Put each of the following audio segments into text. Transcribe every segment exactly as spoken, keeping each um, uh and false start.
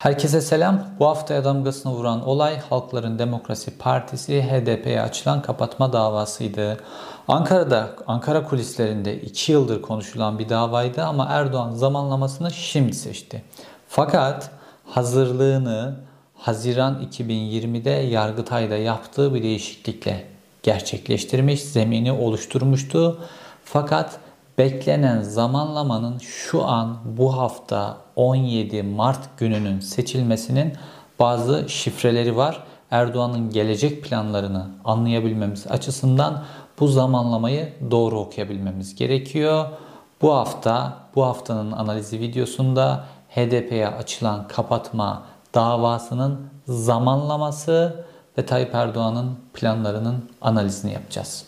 Herkese selam. Bu haftaya damgasını vuran olay Halkların Demokrasi Partisi H D P'ye açılan kapatma davasıydı. Ankara'da, Ankara kulislerinde iki yıldır konuşulan bir davaydı ama Erdoğan zamanlamasını şimdi seçti. Fakat hazırlığını Haziran iki bin yirmide Yargıtay'da yaptığı bir değişiklikle gerçekleştirmiş, zemini oluşturmuştu. Fakat beklenen zamanlamanın şu an bu hafta on yedi Mart gününün seçilmesinin bazı şifreleri var. Erdoğan'ın gelecek planlarını anlayabilmemiz açısından bu zamanlamayı doğru okuyabilmemiz gerekiyor. Bu hafta, bu haftanın analizi videosunda H D P'ye açılan kapatma davasının zamanlaması ve Tayyip Erdoğan'ın planlarının analizini yapacağız.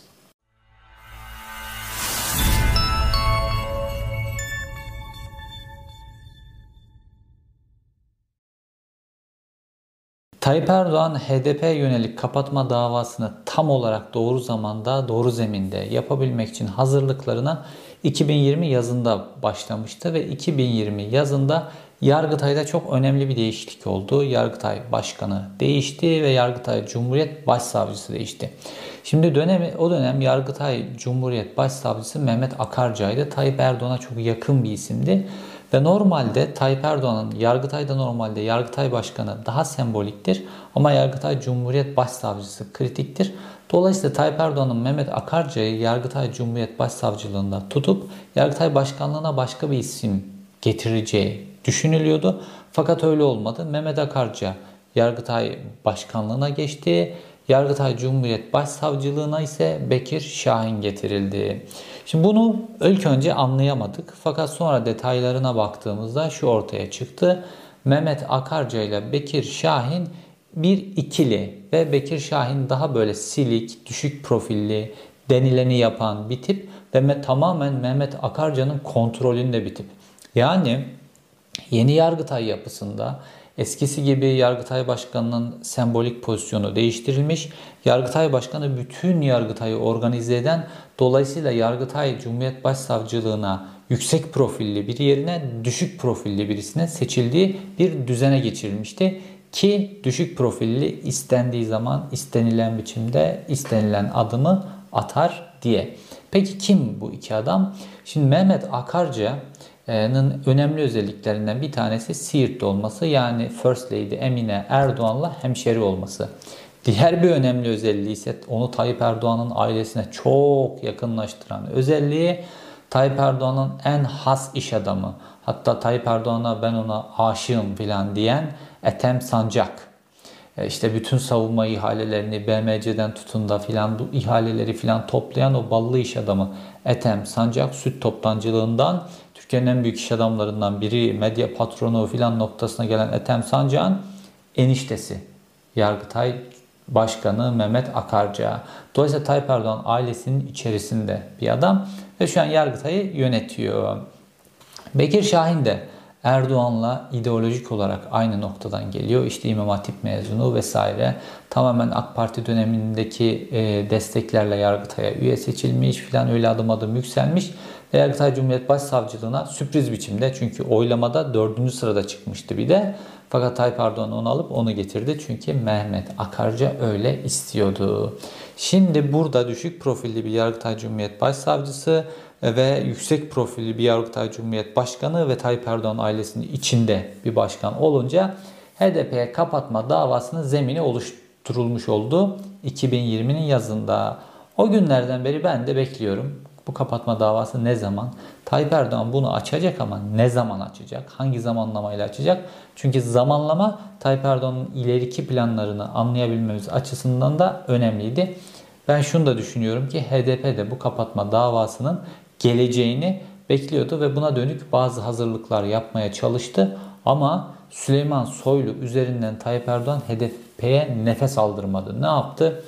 Tayyip Erdoğan H D P'ye yönelik kapatma davasını tam olarak doğru zamanda, doğru zeminde yapabilmek için hazırlıklarına iki bin yirmi yazında başlamıştı ve iki bin yirmi yazında Yargıtay'da çok önemli bir değişiklik oldu. Yargıtay Başkanı değişti ve Yargıtay Cumhuriyet Başsavcısı değişti. Şimdi dönemi, o dönem Yargıtay Cumhuriyet Başsavcısı Mehmet Akarca'ydı. Tayyip Erdoğan'a çok yakın bir isimdi. Ve normalde Tayyip Erdoğan'ın Yargıtay'da normalde Yargıtay Başkanı daha semboliktir ama Yargıtay Cumhuriyet Başsavcısı kritiktir. Dolayısıyla Tayyip Erdoğan'ın Mehmet Akarca'yı Yargıtay Cumhuriyet Başsavcılığında tutup Yargıtay Başkanlığı'na başka bir isim getireceği düşünülüyordu. Fakat öyle olmadı. Mehmet Akarca Yargıtay Başkanlığı'na geçti. Yargıtay Cumhuriyet Başsavcılığına ise Bekir Şahin getirildi. Şimdi bunu ilk önce anlayamadık. Fakat sonra detaylarına baktığımızda şu ortaya çıktı. Mehmet Akarca ile Bekir Şahin bir ikili ve Bekir Şahin daha böyle silik, düşük profilli, denileni yapan bir tip ve tamamen Mehmet Akarca'nın kontrolünde bir tip. Yani yeni Yargıtay yapısında eskisi gibi Yargıtay Başkanı'nın sembolik pozisyonu değiştirilmiş. Yargıtay Başkanı bütün Yargıtay'ı organize eden, dolayısıyla Yargıtay Cumhuriyet Başsavcılığına yüksek profilli bir yerine düşük profilli birisine seçildiği bir düzene geçirilmişti. Ki düşük profilli istendiği zaman istenilen biçimde istenilen adımı atar diye. Peki kim bu iki adam? Şimdi Mehmet Akarca'nın önemli özelliklerinden bir tanesi Siirt'te olması, yani First Lady Emine Erdoğan'la hemşeri olması. Diğer bir önemli özelliği ise onu Tayyip Erdoğan'ın ailesine çok yakınlaştıran özelliği, Tayyip Erdoğan'ın en has iş adamı, hatta Tayyip Erdoğan'a ben ona aşığım filan diyen Ethem Sancak. İşte bütün savunma ihalelerini B M C'den tutun da filan bu ihaleleri filan toplayan o ballı iş adamı Ethem Sancak, süt toptancılığından Türkiye'nin en büyük iş adamlarından biri, medya patronu filan noktasına gelen Ethem Sancak'ın eniştesi Yargıtay Başkanı Mehmet Akarca. Dolayısıyla Tayyip Erdoğan ailesinin içerisinde bir adam ve şu an Yargıtay'ı yönetiyor. Bekir Şahin de Erdoğan'la ideolojik olarak aynı noktadan geliyor. İşte İmam Hatip mezunu vesaire. Tamamen AK Parti dönemindeki desteklerle Yargıtay'a üye seçilmiş filan, öyle adım adım yükselmiş. Ve Yargıtay Cumhuriyet Başsavcılığına sürpriz biçimde, çünkü oylamada dördüncü sırada çıkmıştı bir de. Fakat Tayyip Erdoğan onu alıp onu getirdi. Çünkü Mehmet Akarca öyle istiyordu. Şimdi burada düşük profilli bir Yargıtay Cumhuriyet Başsavcısı ve yüksek profilli bir Yargıtay Cumhuriyet Başkanı ve Tayyip Erdoğan ailesinin içinde bir başkan olunca H D P'ye kapatma davasının zemini oluşturulmuş oldu iki bin yirminin yazında. O günlerden beri ben de bekliyorum. Bu kapatma davası ne zaman? Tayyip Erdoğan bunu açacak ama ne zaman açacak? Hangi zamanlamayla açacak? Çünkü zamanlama Tayyip Erdoğan'ın ileriki planlarını anlayabilmemiz açısından da önemliydi. Ben şunu da düşünüyorum ki H D P de bu kapatma davasının geleceğini bekliyordu ve buna dönük bazı hazırlıklar yapmaya çalıştı. Ama Süleyman Soylu üzerinden Tayyip Erdoğan H D P'ye nefes aldırmadı. Ne yaptı?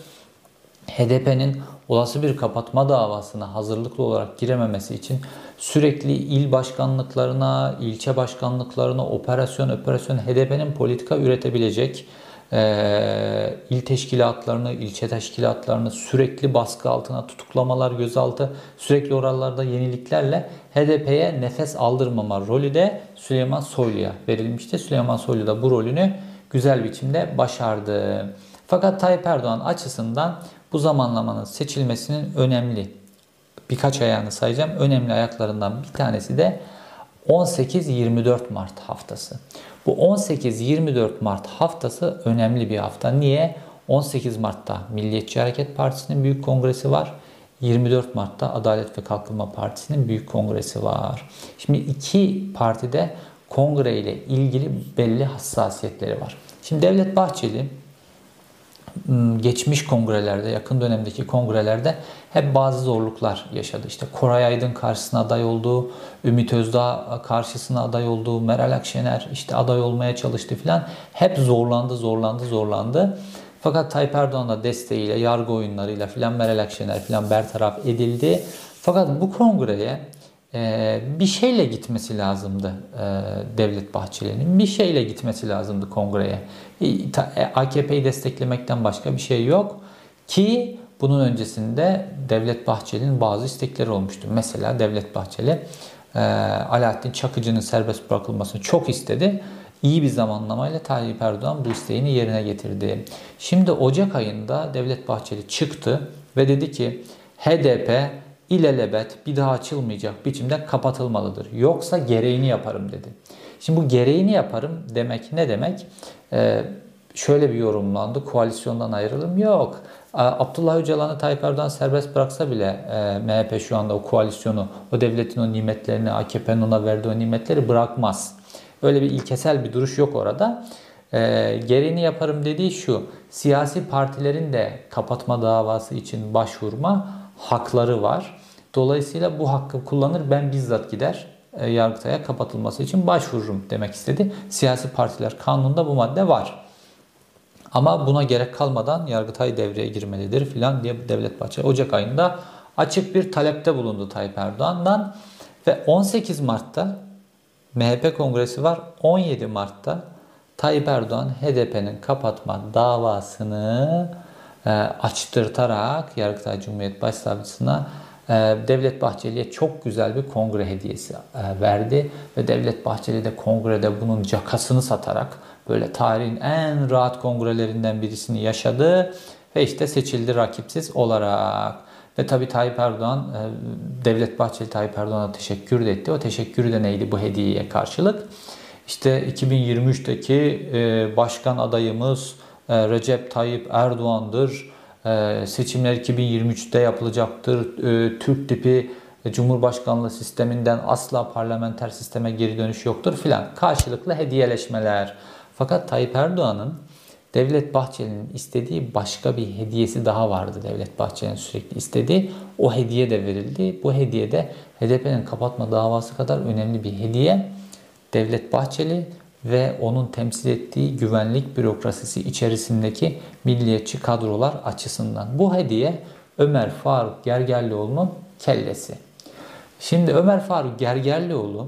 H D P'nin olası bir kapatma davasına hazırlıklı olarak girememesi için sürekli il başkanlıklarına, ilçe başkanlıklarına operasyon operasyon H D P'nin politika üretebilecek e, il teşkilatlarını, ilçe teşkilatlarını sürekli baskı altına, tutuklamalar, gözaltı, sürekli oralarda yeniliklerle H D P'ye nefes aldırmama rolü de Süleyman Soylu'ya verilmişti. Süleyman Soylu da bu rolünü güzel biçimde başardı. Fakat Tayyip Erdoğan açısından bu zamanlamanın seçilmesinin önemli birkaç ayağını sayacağım. Önemli ayaklarından bir tanesi de on sekiz yirmi dört Mart haftası. Bu on sekiz yirmi dört Mart haftası önemli bir hafta. Niye? on sekiz Mart'ta Milliyetçi Hareket Partisi'nin büyük kongresi var. yirmi dört Mart'ta Adalet ve Kalkınma Partisi'nin büyük kongresi var. Şimdi iki partide kongre ile ilgili belli hassasiyetleri var. Şimdi Devlet Bahçeli geçmiş kongrelerde, yakın dönemdeki kongrelerde hep bazı zorluklar yaşadı. İşte Koray Aydın karşısına aday oldu, Ümit Özdağ karşısına aday oldu, Meral Akşener işte aday olmaya çalıştı filan. Hep zorlandı, zorlandı, zorlandı. Fakat Tayyip Erdoğan'la desteğiyle, yargı oyunlarıyla filan Meral Akşener filan bertaraf edildi. Fakat bu kongreye e, bir şeyle gitmesi lazımdı e, Devlet Bahçeli'nin. Bir şeyle gitmesi lazımdı kongreye. A K P'yi desteklemekten başka bir şey yok. Ki bunun öncesinde Devlet Bahçeli'nin bazı istekleri olmuştu. Mesela Devlet Bahçeli e, Alaaddin Çakıcı'nın serbest bırakılmasını çok istedi. İyi bir zamanlamayla Tayyip Erdoğan bu isteğini yerine getirdi. Şimdi Ocak ayında Devlet Bahçeli çıktı ve dedi ki H D P ilelebet bir daha açılmayacak biçimde kapatılmalıdır. Yoksa gereğini yaparım dedi. Şimdi bu gereğini yaparım demek ne demek? Ee, şöyle bir yorumlandı. Koalisyondan ayrılım yok. Abdullah Öcalan'ı Tayyip Erdoğan serbest bıraksa bile e, M H P şu anda o koalisyonu, o devletin o nimetlerini, A K P'nin ona verdiği o nimetleri bırakmaz. Öyle bir ilkesel bir duruş yok orada. E, gereğini yaparım dediği şu: siyasi partilerin de kapatma davası için başvurma hakları var. Dolayısıyla bu hakkı kullanır, ben bizzat gider e, Yargıtay'a kapatılması için başvururum demek istedi. Siyasi partiler kanununda bu madde var. Ama buna gerek kalmadan Yargıtay devreye girmelidir filan diye Devlet Bahçeli Ocak ayında açık bir talepte bulundu Tayyip Erdoğan'dan. Ve on sekiz Mart'ta M H P kongresi var. on yedi Mart'ta Tayyip Erdoğan H D P'nin kapatma davasını e, açtırtarak Yargıtay Cumhuriyet Başsavcısına e, Devlet Bahçeli'ye çok güzel bir kongre hediyesi e, verdi. Ve Devlet Bahçeli de kongrede bunun cakasını satarak böyle tarihin en rahat kongrelerinden birisini yaşadı ve işte seçildi rakipsiz olarak. Ve tabii Tayyip Erdoğan, Devlet Bahçeli Tayyip Erdoğan'a teşekkür de etti. O teşekkürü de neydi bu hediyeye karşılık? İşte iki bin yirmi üçteki başkan adayımız Recep Tayyip Erdoğan'dır. Seçimler iki bin yirmi üçte yapılacaktır. Türk tipi Cumhurbaşkanlığı sisteminden asla parlamenter sisteme geri dönüş yoktur filan. Karşılıklı hediyeleşmeler. Fakat Tayyip Erdoğan'ın Devlet Bahçeli'nin istediği başka bir hediyesi daha vardı. Devlet Bahçeli'nin sürekli istediği. O hediye de verildi. Bu hediye de H D P'nin kapatma davası kadar önemli bir hediye. Devlet Bahçeli ve onun temsil ettiği güvenlik bürokrasisi içerisindeki milliyetçi kadrolar açısından. Bu hediye Ömer Faruk Gergerlioğlu'nun kellesi. Şimdi Ömer Faruk Gergerlioğlu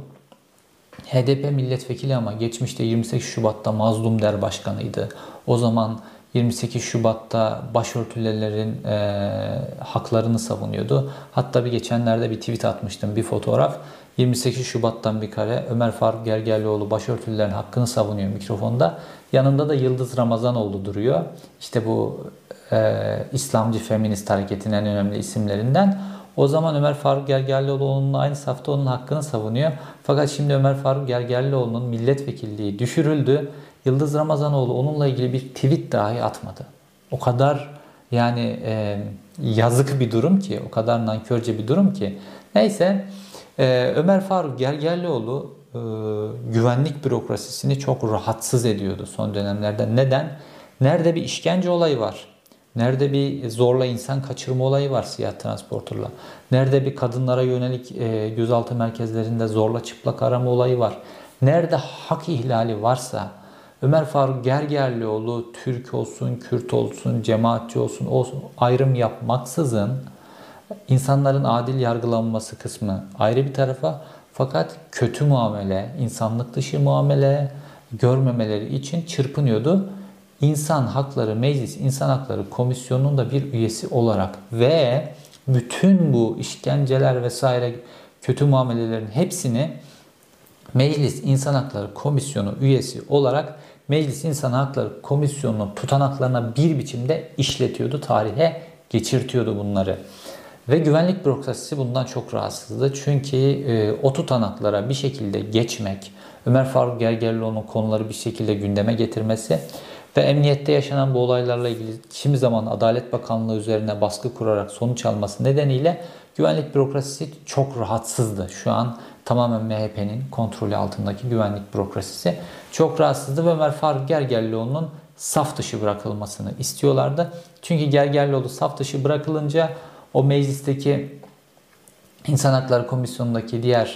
H D P milletvekili ama geçmişte yirmi sekiz Şubat'ta Mazlum Der Başkanıydı. O zaman yirmi sekiz Şubat'ta başörtülülerin e, haklarını savunuyordu. Hatta bir geçenlerde bir tweet atmıştım, bir fotoğraf. yirmi sekiz Şubat'tan bir kare Ömer Faruk Gergerlioğlu başörtülülerin hakkını savunuyor mikrofonda. Yanında da Yıldız Ramazanoğlu duruyor. İşte bu e, İslamcı feminist hareketin en önemli isimlerinden. O zaman Ömer Faruk Gergerlioğlu onunla aynı safta onun hakkını savunuyor. Fakat şimdi Ömer Faruk Gergerlioğlu'nun milletvekilliği düşürüldü. Yıldız Ramazanoğlu onunla ilgili bir tweet dahi atmadı. O kadar yani e, yazık bir durum ki, o kadar nankörce bir durum ki. Neyse e, Ömer Faruk Gergerlioğlu e, güvenlik bürokrasisini çok rahatsız ediyordu son dönemlerde. Neden? Nerede bir işkence olayı var? Nerede bir zorla insan kaçırma olayı var siyah transporterla? Nerede bir kadınlara yönelik e, gözaltı merkezlerinde zorla çıplak arama olayı var? Nerede hak ihlali varsa Ömer Faruk Gergerlioğlu Türk olsun, Kürt olsun, cemaatçi olsun, olsun ayrım yapmaksızın insanların adil yargılanması kısmı ayrı bir tarafa, fakat kötü muamele, insanlık dışı muamele görmemeleri için çırpınıyordu. İnsan Hakları Meclis İnsan Hakları Komisyonu'nun da bir üyesi olarak ve bütün bu işkenceler vesaire kötü muamelelerin hepsini Meclis İnsan Hakları Komisyonu üyesi olarak Meclis İnsan Hakları Komisyonu'nun tutanaklarına bir biçimde işletiyordu, tarihe geçirtiyordu bunları. Ve güvenlik bürokrasisi bundan çok rahatsızdı. Çünkü e, o tutanaklara bir şekilde geçmek, Ömer Faruk Gergerlioğlu'nun konuları bir şekilde gündeme getirmesi ve emniyette yaşanan bu olaylarla ilgili kimi zaman Adalet Bakanlığı üzerine baskı kurarak sonuç alması nedeniyle güvenlik bürokrasisi çok rahatsızdı. Şu an tamamen M H P'nin kontrolü altındaki güvenlik bürokrasisi çok rahatsızdı ve Ömer Faruk Gergerlioğlu'nun saf dışı bırakılmasını istiyorlardı. Çünkü Gergerlioğlu saf dışı bırakılınca o meclisteki İnsan Hakları Komisyonu'ndaki diğer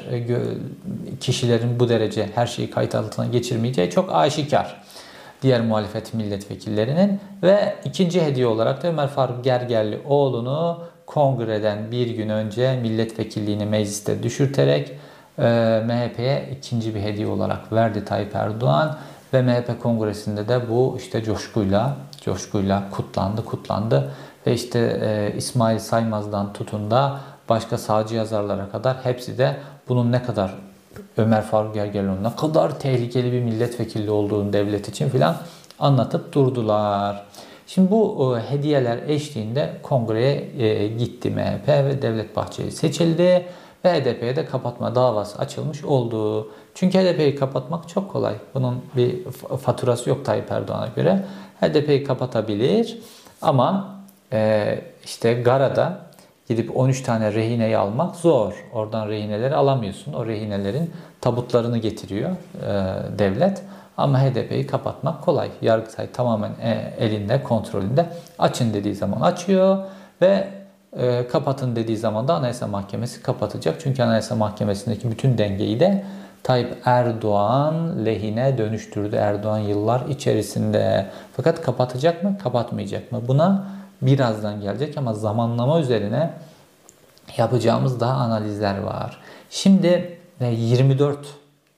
kişilerin bu derece her şeyi kayıt altına geçirmeyeceği çok aşikar. Diğer muhalefet milletvekillerinin ve ikinci hediye olarak da Ömer Faruk Gergerlioğlu'nu kongreden bir gün önce milletvekilliğini mecliste düşürterek e, M H P'ye ikinci bir hediye olarak verdi Tayyip Erdoğan ve M H P kongresinde de bu işte coşkuyla coşkuyla kutlandı kutlandı ve işte e, İsmail Saymaz'dan tutun da başka sağcı yazarlara kadar hepsi de bunun ne kadar Ömer Faruk Gergerlioğlu'nun ne kadar tehlikeli bir milletvekili olduğunu devlet için filan anlatıp durdular. Şimdi bu e, hediyeler eşliğinde kongreye e, gitti M H P ve Devlet Bahçeli seçildi ve H D P'ye de kapatma davası açılmış oldu. Çünkü H D P'yi kapatmak çok kolay. Bunun bir faturası yok Tayyip Erdoğan'a göre. H D P'yi kapatabilir ama e, işte Gara'da gidip on üç tane rehineyi almak zor. Oradan rehineleri alamıyorsun. O rehinelerin tabutlarını getiriyor e, devlet. Ama H D P'yi kapatmak kolay. Yargıtay tamamen e, elinde, kontrolünde. Açın dediği zaman açıyor ve e, kapatın dediği zaman da Anayasa Mahkemesi kapatacak. Çünkü Anayasa Mahkemesi'ndeki bütün dengeyi de Tayyip Erdoğan lehine dönüştürdü Erdoğan yıllar içerisinde. Fakat kapatacak mı, kapatmayacak mı? Buna birazdan gelecek ama zamanlama üzerine yapacağımız daha analizler var. Şimdi yirmi dört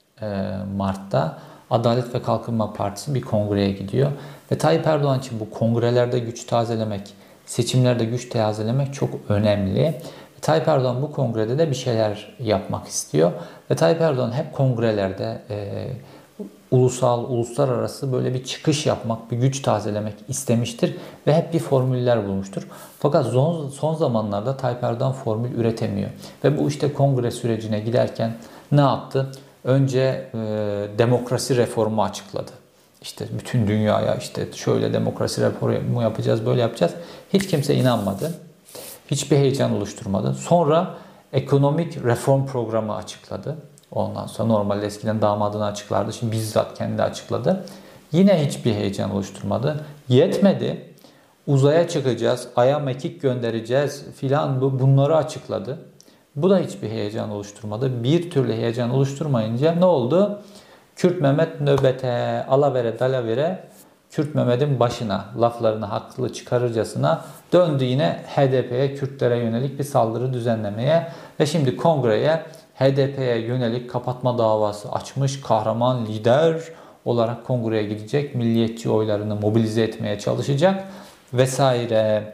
Mart'ta Adalet ve Kalkınma Partisi bir kongreye gidiyor. Ve Tayyip Erdoğan için bu kongrelerde güç tazelemek, seçimlerde güç tazelemek çok önemli. Tayyip Erdoğan bu kongrede de bir şeyler yapmak istiyor. Ve Tayyip Erdoğan hep kongrelerde e, ulusal, uluslararası böyle bir çıkış yapmak, bir güç tazelemek istemiştir. Ve hep bir formüller bulmuştur. Fakat son, son zamanlarda Tayyip Erdoğan formül üretemiyor. Ve bu işte kongre sürecine giderken ne yaptı? Önce e, demokrasi reformu açıkladı. İşte bütün dünyaya işte şöyle demokrasi reformu yapacağız, böyle yapacağız. Hiç kimse inanmadı. Hiçbir heyecan oluşturmadı. Sonra ekonomik reform programı açıkladı. Ondan sonra normalde eskiden damadını açıklardı. Şimdi bizzat kendi açıkladı. Yine hiçbir heyecan oluşturmadı. Yetmedi. Uzaya çıkacağız, Ay'a mekik göndereceğiz filan bunları açıkladı. Bu da hiçbir heyecan oluşturmadı. Bir türlü heyecan oluşturmayınca ne oldu? Kürt Mehmet nöbete, alavere dalavere Kürt Mehmet'in başına laflarını haklı çıkarırcasına döndü yine H D P'ye, Kürtlere yönelik bir saldırı düzenlemeye ve şimdi kongreye H D P'ye yönelik kapatma davası açmış kahraman lider olarak kongreye gidecek, milliyetçi oylarını mobilize etmeye çalışacak vesaire.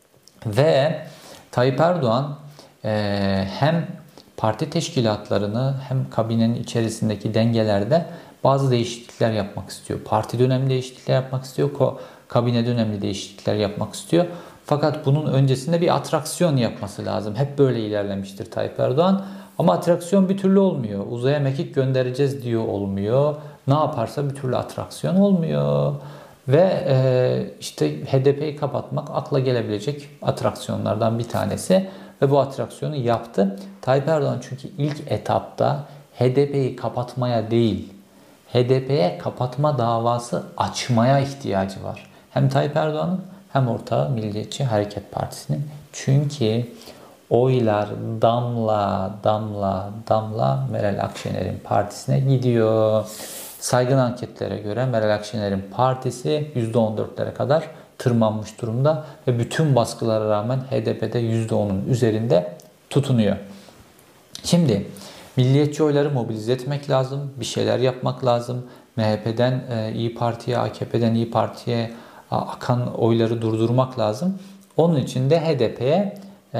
Ve Tayyip Erdoğan e, hem parti teşkilatlarını hem kabinenin içerisindeki dengelerde bazı değişiklikler yapmak istiyor. Parti dönemli değişiklikler yapmak istiyor. Kabine dönemli değişiklikler yapmak istiyor. Fakat bunun öncesinde bir atraksiyon yapması lazım. Hep böyle ilerlemiştir Tayyip Erdoğan. Ama atraksiyon bir türlü olmuyor. Uzaya mekik göndereceğiz diyor olmuyor. Ne yaparsa bir türlü atraksiyon olmuyor. Ve e, işte H D P'yi kapatmak akla gelebilecek atraksiyonlardan bir tanesi. Ve bu atraksiyonu yaptı. Tayyip Erdoğan çünkü ilk etapta H D P'yi kapatmaya değil, H D P'ye kapatma davası açmaya ihtiyacı var. Hem Tayyip Erdoğan'ın hem ortağı Milliyetçi Hareket Partisi'nin. Çünkü oylar damla damla damla Meral Akşener'in partisine gidiyor. Saygın anketlere göre Meral Akşener'in partisi yüzde on dörtlere kadar tırmanmış durumda ve bütün baskılara rağmen H D P'de yüzde onun üzerinde tutunuyor. Şimdi milliyetçi oyları mobilize etmek lazım, bir şeyler yapmak lazım M H P'den e, İyi Parti'ye, A K P'den İyi Parti'ye akan oyları durdurmak lazım. Onun için de H D P'ye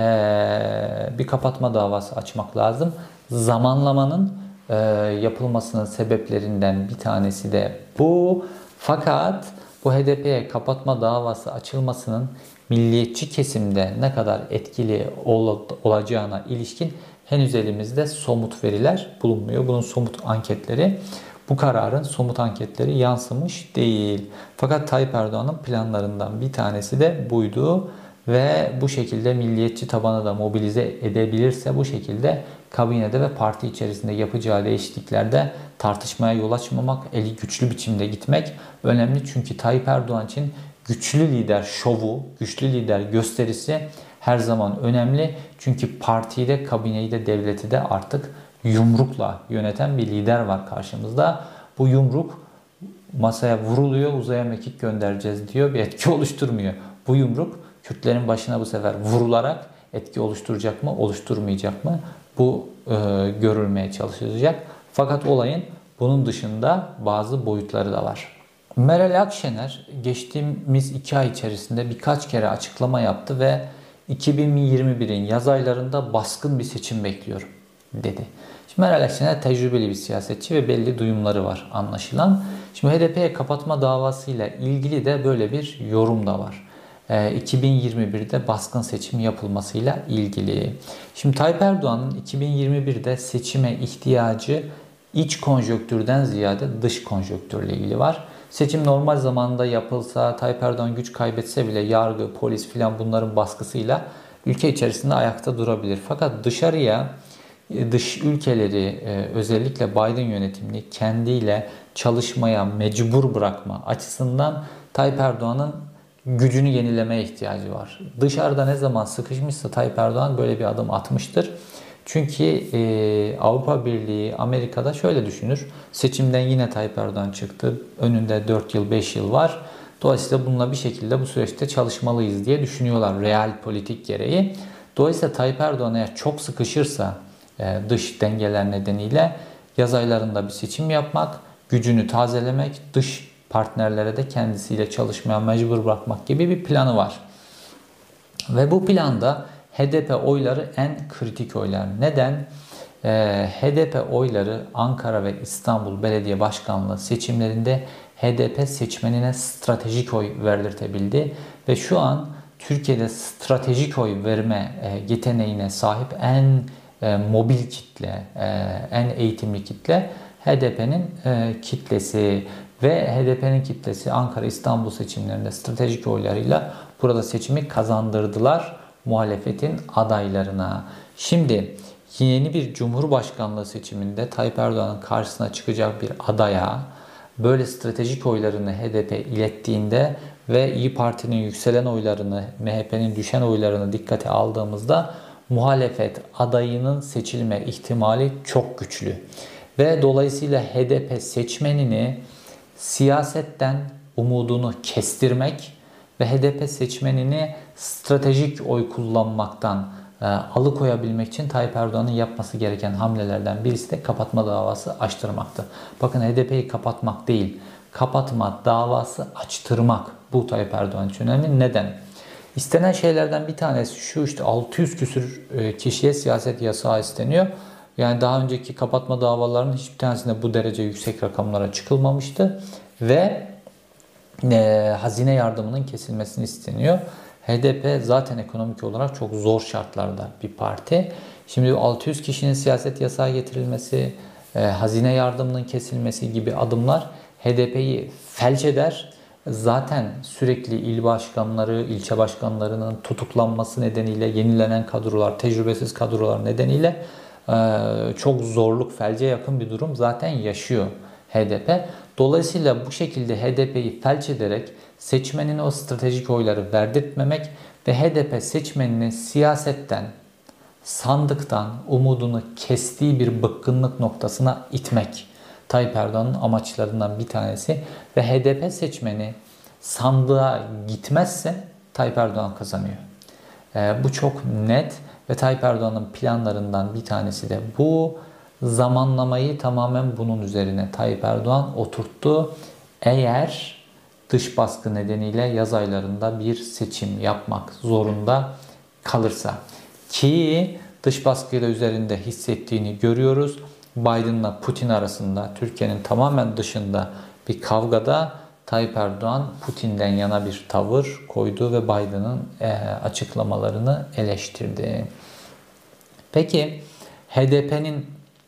e, bir kapatma davası açmak lazım. Zamanlamanın e, yapılmasının sebeplerinden bir tanesi de bu. Fakat bu H D P'ye kapatma davası açılmasının milliyetçi kesimde ne kadar etkili ol, olacağına ilişkin henüz elimizde somut veriler bulunmuyor. Bunun somut anketleri, bu kararın somut anketleri yansımış değil. Fakat Tayyip Erdoğan'ın planlarından bir tanesi de buydu ve bu şekilde milliyetçi tabanı da mobilize edebilirse bu şekilde kabinede ve parti içerisinde yapacağı değişikliklerde tartışmaya yol açmamak, eli güçlü biçimde gitmek önemli. Çünkü Tayyip Erdoğan için güçlü lider şovu, güçlü lider gösterisi her zaman önemli. Çünkü partiyi de, kabineyi de, devleti de artık yumrukla yöneten bir lider var karşımızda. Bu yumruk masaya vuruluyor, uzaya mekik göndereceğiz diyor, bir etki oluşturmuyor. Bu yumruk Kürtlerin başına bu sefer vurularak etki oluşturacak mı, oluşturmayacak mı? Bu e, görülmeye çalışılacak. Fakat olayın bunun dışında bazı boyutları da var. Meral Akşener geçtiğimiz iki ay içerisinde birkaç kere açıklama yaptı ve iki bin yirmi birin yaz aylarında baskın bir seçim bekliyorum dedi. Şimdi Meral Akşener tecrübeli bir siyasetçi ve belli duyumları var anlaşılan. Şimdi H D P'ye kapatma davasıyla ilgili de böyle bir yorum da var. E, iki bin yirmi birde baskın seçim yapılmasıyla ilgili. Şimdi Tayyip Erdoğan'ın iki bin yirmi birde seçime ihtiyacı iç konjonktürden ziyade dış konjonktürle ilgili var. Seçim normal zamanda yapılsa, Tayyip Erdoğan güç kaybetse bile yargı, polis filan bunların baskısıyla ülke içerisinde ayakta durabilir. Fakat dışarıya, dış ülkeleri özellikle Biden yönetimini kendiyle çalışmaya mecbur bırakma açısından Tayyip Erdoğan'ın gücünü yenilemeye ihtiyacı var. Dışarıda ne zaman sıkışmışsa Tayyip Erdoğan böyle bir adım atmıştır. Çünkü e, Avrupa Birliği, Amerika'da şöyle düşünür. Seçimden yine Tayyip Erdoğan çıktı. Önünde dört yıl, beş yıl var. Dolayısıyla bununla bir şekilde bu süreçte çalışmalıyız diye düşünüyorlar real politik gereği. Dolayısıyla Tayyip Erdoğan eğer çok sıkışırsa e, dış dengeler nedeniyle yaz aylarında bir seçim yapmak, gücünü tazelemek, dış partnerlere de kendisiyle çalışmaya mecbur bırakmak gibi bir planı var. Ve bu planda H D P oyları en kritik oylar. Neden? Ee, H D P oyları Ankara ve İstanbul Belediye Başkanlığı seçimlerinde H D P seçmenine stratejik oy verdirtebildi. Ve şu an Türkiye'de stratejik oy verme e, yeteneğine sahip en e, mobil kitle, e, en eğitimli kitle H D P'nin e, kitlesi. Ve H D P'nin kitlesi Ankara İstanbul seçimlerinde stratejik oylarıyla burada seçimi kazandırdılar muhalefetin adaylarına. Şimdi yeni bir Cumhurbaşkanlığı seçiminde Tayyip Erdoğan'ın karşısına çıkacak bir adaya böyle stratejik oylarını H D P ilettiğinde ve İyi Parti'nin yükselen oylarını, M H P'nin düşen oylarını dikkate aldığımızda muhalefet adayının seçilme ihtimali çok güçlü. Ve dolayısıyla H D P seçmenini siyasetten umudunu kestirmek ve H D P seçmenini stratejik oy kullanmaktan e, alıkoyabilmek için Tayyip Erdoğan'ın yapması gereken hamlelerden birisi de kapatma davası açtırmaktı. Bakın H D P'yi kapatmak değil, kapatma davası açtırmak bu Tayyip Erdoğan için önemli. Neden? İstenen şeylerden bir tanesi şu, işte altı yüz küsür kişiye siyaset yasağı isteniyor. Yani daha önceki kapatma davalarının hiçbir tanesinde bu derece yüksek rakamlara çıkılmamıştı. Ve e, hazine yardımının kesilmesini isteniyor. H D P zaten ekonomik olarak çok zor şartlarda bir parti. Şimdi altı yüz kişinin siyaset yasağı getirilmesi, e, hazine yardımının kesilmesi gibi adımlar H D P'yi felç eder. Zaten sürekli il başkanları, ilçe başkanlarının tutuklanması nedeniyle yenilenen kadrolar, tecrübesiz kadrolar nedeniyle çok zorluk, felce yakın bir durum zaten yaşıyor H D P. Dolayısıyla bu şekilde H D P'yi felç ederek seçmenine o stratejik oyları verdirtmemek ve H D P seçmenini siyasetten, sandıktan umudunu kestiği bir bıkkınlık noktasına itmek Tayyip Erdoğan'ın amaçlarından bir tanesi. Ve H D P seçmeni sandığa gitmezse Tayyip Erdoğan kazanıyor. Bu çok net. Ve Tayyip Erdoğan'ın planlarından bir tanesi de bu. Zamanlamayı tamamen bunun üzerine Tayyip Erdoğan oturttu. Eğer dış baskı nedeniyle yaz aylarında bir seçim yapmak zorunda kalırsa, ki dış baskıyla üzerinde hissettiğini görüyoruz. Biden'la Putin arasında, Türkiye'nin tamamen dışında bir kavgada Tayyip Erdoğan Putin'den yana bir tavır koydu ve Biden'ın açıklamalarını eleştirdi. Peki H D P'nin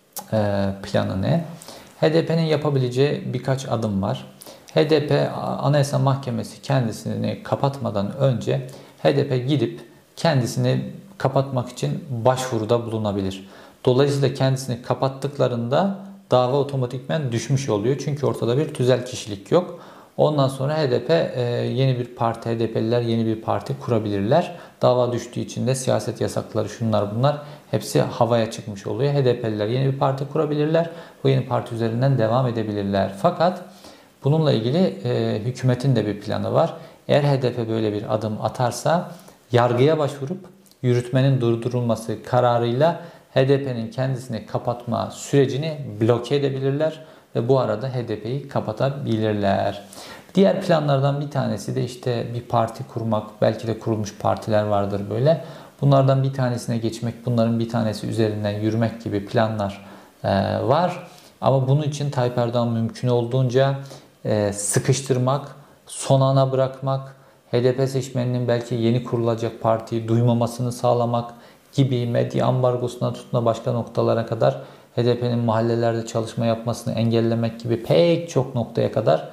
planı ne? H D P'nin yapabileceği birkaç adım var. H D P Anayasa Mahkemesi kendisini kapatmadan önce H D P gidip kendisini kapatmak için başvuruda bulunabilir. Dolayısıyla kendisini kapattıklarında dava otomatikmen düşmüş oluyor. Çünkü ortada bir tüzel kişilik yok. Ondan sonra H D P yeni bir parti, H D P'liler yeni bir parti kurabilirler. Dava düştüğü için de siyaset yasakları, şunlar bunlar hepsi havaya çıkmış oluyor. H D P'liler yeni bir parti kurabilirler. Bu yeni parti üzerinden devam edebilirler. Fakat bununla ilgili e, hükümetin de bir planı var. Eğer H D P böyle bir adım atarsa yargıya başvurup yürütmenin durdurulması kararıyla H D P'nin kendisini kapatma sürecini bloke edebilirler ve bu arada H D P'yi kapatabilirler. Diğer planlardan bir tanesi de işte bir parti kurmak, belki de kurulmuş partiler vardır böyle. Bunlardan bir tanesine geçmek, bunların bir tanesi üzerinden yürümek gibi planlar e, var. Ama bunun için Tayyip Erdoğan mümkün olduğunca e, sıkıştırmak, son ana bırakmak, H D P seçmeninin belki yeni kurulacak partiyi duymamasını sağlamak gibi, medya ambargosuna tutuna başka noktalara kadar H D P'nin mahallelerde çalışma yapmasını engellemek gibi pek çok noktaya kadar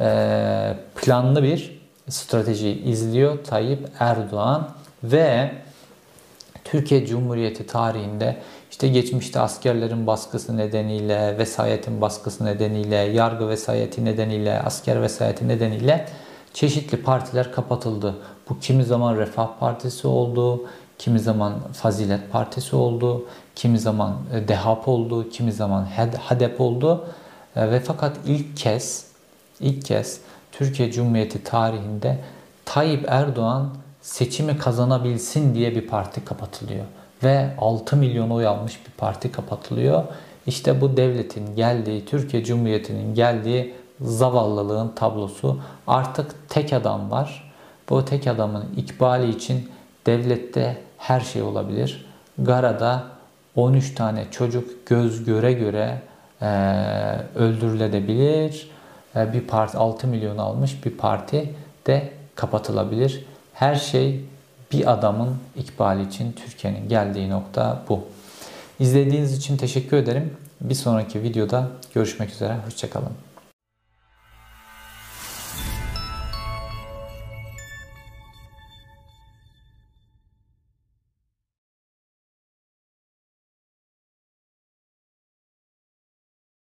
e, planlı bir strateji izliyor Tayyip Erdoğan ve Türkiye Cumhuriyeti tarihinde işte geçmişte askerlerin baskısı nedeniyle, vesayetin baskısı nedeniyle, yargı vesayeti nedeniyle, asker vesayeti nedeniyle çeşitli partiler kapatıldı. Bu kimi zaman Refah Partisi oldu, kimi zaman Fazilet Partisi oldu, kimi zaman D H P oldu, kimi zaman H D P oldu. Ve fakat ilk kez, ilk kez Türkiye Cumhuriyeti tarihinde Tayyip Erdoğan seçimi kazanabilsin diye bir parti kapatılıyor. Ve altı milyon oy almış bir parti kapatılıyor. İşte bu devletin geldiği, Türkiye Cumhuriyeti'nin geldiği zavallılığın tablosu. Artık tek adam var. Bu tek adamın ikbali için devlette her şey olabilir. Gara'da on üç tane çocuk göz göre göre e, öldürülebilir. E, bir parti altı milyon almış bir parti de kapatılabilir. Her şey bir adamın ikbali için Türkiye'nin geldiği nokta bu. İzlediğiniz için teşekkür ederim. Bir sonraki videoda görüşmek üzere. Hoşça kalın.